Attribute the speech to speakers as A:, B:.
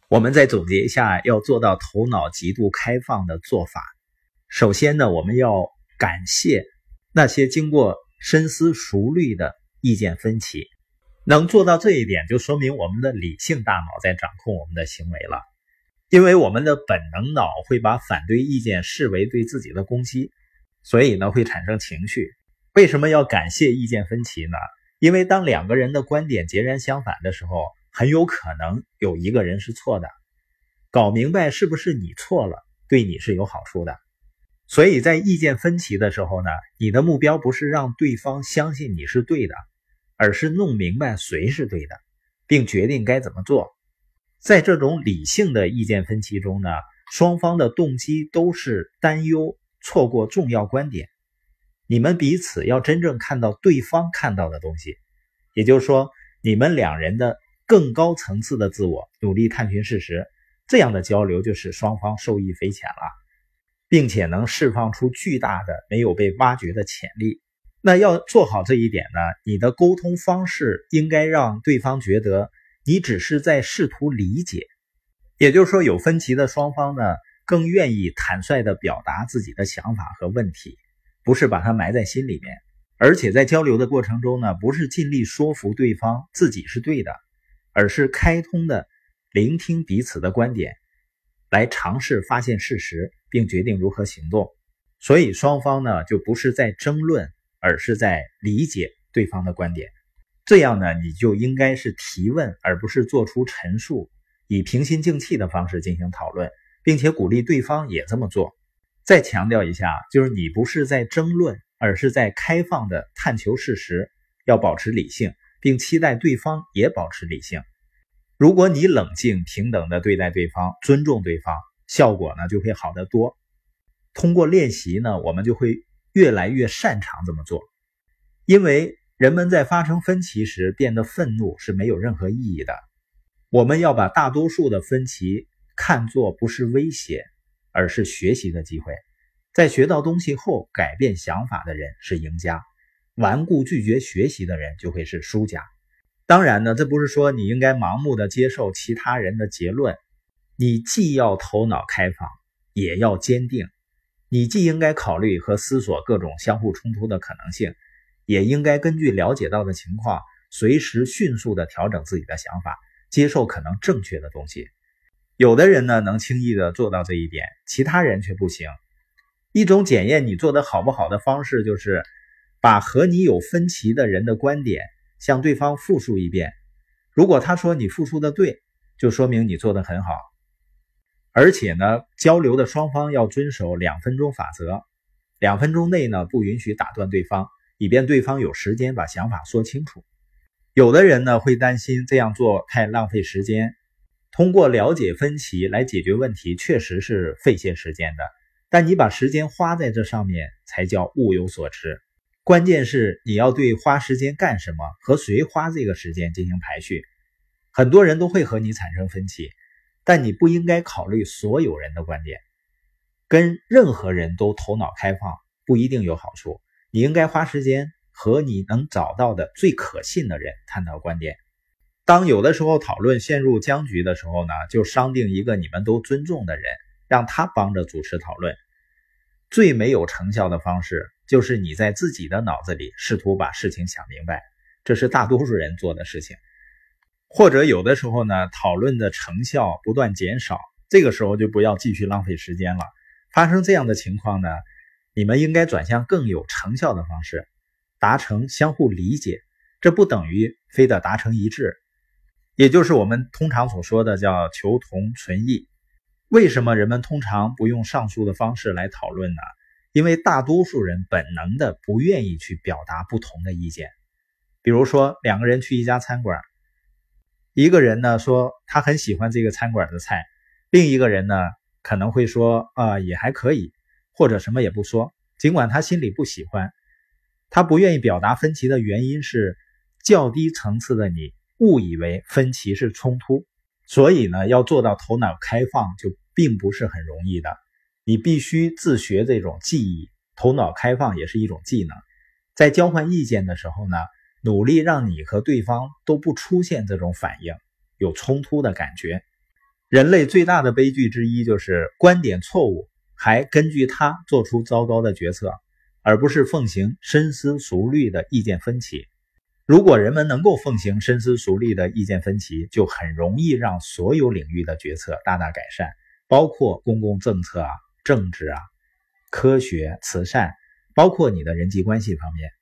A: 我们再总结一下要做到头脑极度开放的做法。首先呢，我们要感谢那些经过深思熟虑的意见分歧。能做到这一点，就说明我们的理性大脑在掌控我们的行为了。因为我们的本能脑会把反对意见视为对自己的攻击，所以呢会产生情绪。为什么要感谢意见分歧呢？因为当两个人的观点截然相反的时候，很有可能有一个人是错的。搞明白是不是你错了，对你是有好处的。所以在意见分歧的时候呢，你的目标不是让对方相信你是对的，而是弄明白谁是对的，并决定该怎么做。在这种理性的意见分歧中呢，双方的动机都是担忧错过重要观点。你们彼此要真正看到对方看到的东西，也就是说，你们两人的更高层次的自我努力探寻事实，这样的交流就使双方受益匪浅了，并且能释放出巨大的没有被挖掘的潜力。那要做好这一点呢，你的沟通方式应该让对方觉得你只是在试图理解。也就是说，有分歧的双方呢，更愿意坦率地表达自己的想法和问题，不是把它埋在心里面。而且在交流的过程中呢，不是尽力说服对方自己是对的，而是开通的聆听彼此的观点，来尝试发现事实，并决定如何行动。所以双方呢，就不是在争论，而是在理解对方的观点。这样呢，你就应该是提问，而不是做出陈述，以平心静气的方式进行讨论，并且鼓励对方也这么做。再强调一下，就是你不是在争论，而是在开放的探求事实，要保持理性，并期待对方也保持理性。如果你冷静平等地对待对方，尊重对方，效果呢就会好得多。通过练习呢，我们就会越来越擅长这么做。因为人们在发生分歧时变得愤怒是没有任何意义的。我们要把大多数的分歧看作不是威胁，而是学习的机会。在学到东西后改变想法的人是赢家，顽固拒绝学习的人就会是输家。当然呢，这不是说你应该盲目的接受其他人的结论，你既要头脑开放，也要坚定。你既应该考虑和思索各种相互冲突的可能性，也应该根据了解到的情况，随时迅速地调整自己的想法，接受可能正确的东西。有的人呢，能轻易地做到这一点，其他人却不行。一种检验你做得好不好的方式，就是把和你有分歧的人的观点向对方复述一遍。如果他说你复述的对，就说明你做得很好。而且呢，交流的双方要遵守2分钟法则。2分钟内呢，不允许打断对方，以便对方有时间把想法说清楚。有的人呢，会担心这样做太浪费时间。通过了解分歧来解决问题，确实是费些时间的，但你把时间花在这上面，才叫物有所值。关键是你要对花时间干什么和谁花这个时间进行排序。很多人都会和你产生分歧，但你不应该考虑所有人的观点。跟任何人都头脑开放不一定有好处，你应该花时间和你能找到的最可信的人探讨观点。当有的时候讨论陷入僵局的时候呢，就商定一个你们都尊重的人，让他帮着主持讨论。最没有成效的方式就是你在自己的脑子里试图把事情想明白，这是大多数人做的事情。或者有的时候呢，讨论的成效不断减少，这个时候就不要继续浪费时间了。发生这样的情况呢，你们应该转向更有成效的方式，达成相互理解。这不等于非得达成一致，也就是我们通常所说的叫求同存异。为什么人们通常不用上述的方式来讨论呢？因为大多数人本能的不愿意去表达不同的意见。比如说2个人去一家餐馆，一个人呢说他很喜欢这个餐馆的菜，另一个人呢可能会说也还可以，或者什么也不说，尽管他心里不喜欢。他不愿意表达分歧的原因是较低层次的你误以为分歧是冲突。所以呢，要做到头脑开放就并不是很容易的，你必须自学这种技艺。头脑开放也是一种技能。在交换意见的时候呢，努力让你和对方都不出现这种反应，有冲突的感觉。 人类最大的悲剧之一就是观点错误，还根据它做出糟糕的决策，而不是奉行深思熟虑的意见分歧。如果人们能够奉行深思熟虑的意见分歧，就很容易让所有领域的决策大大改善，包括公共政策啊、政治啊、科学、慈善，包括你的人际关系方面。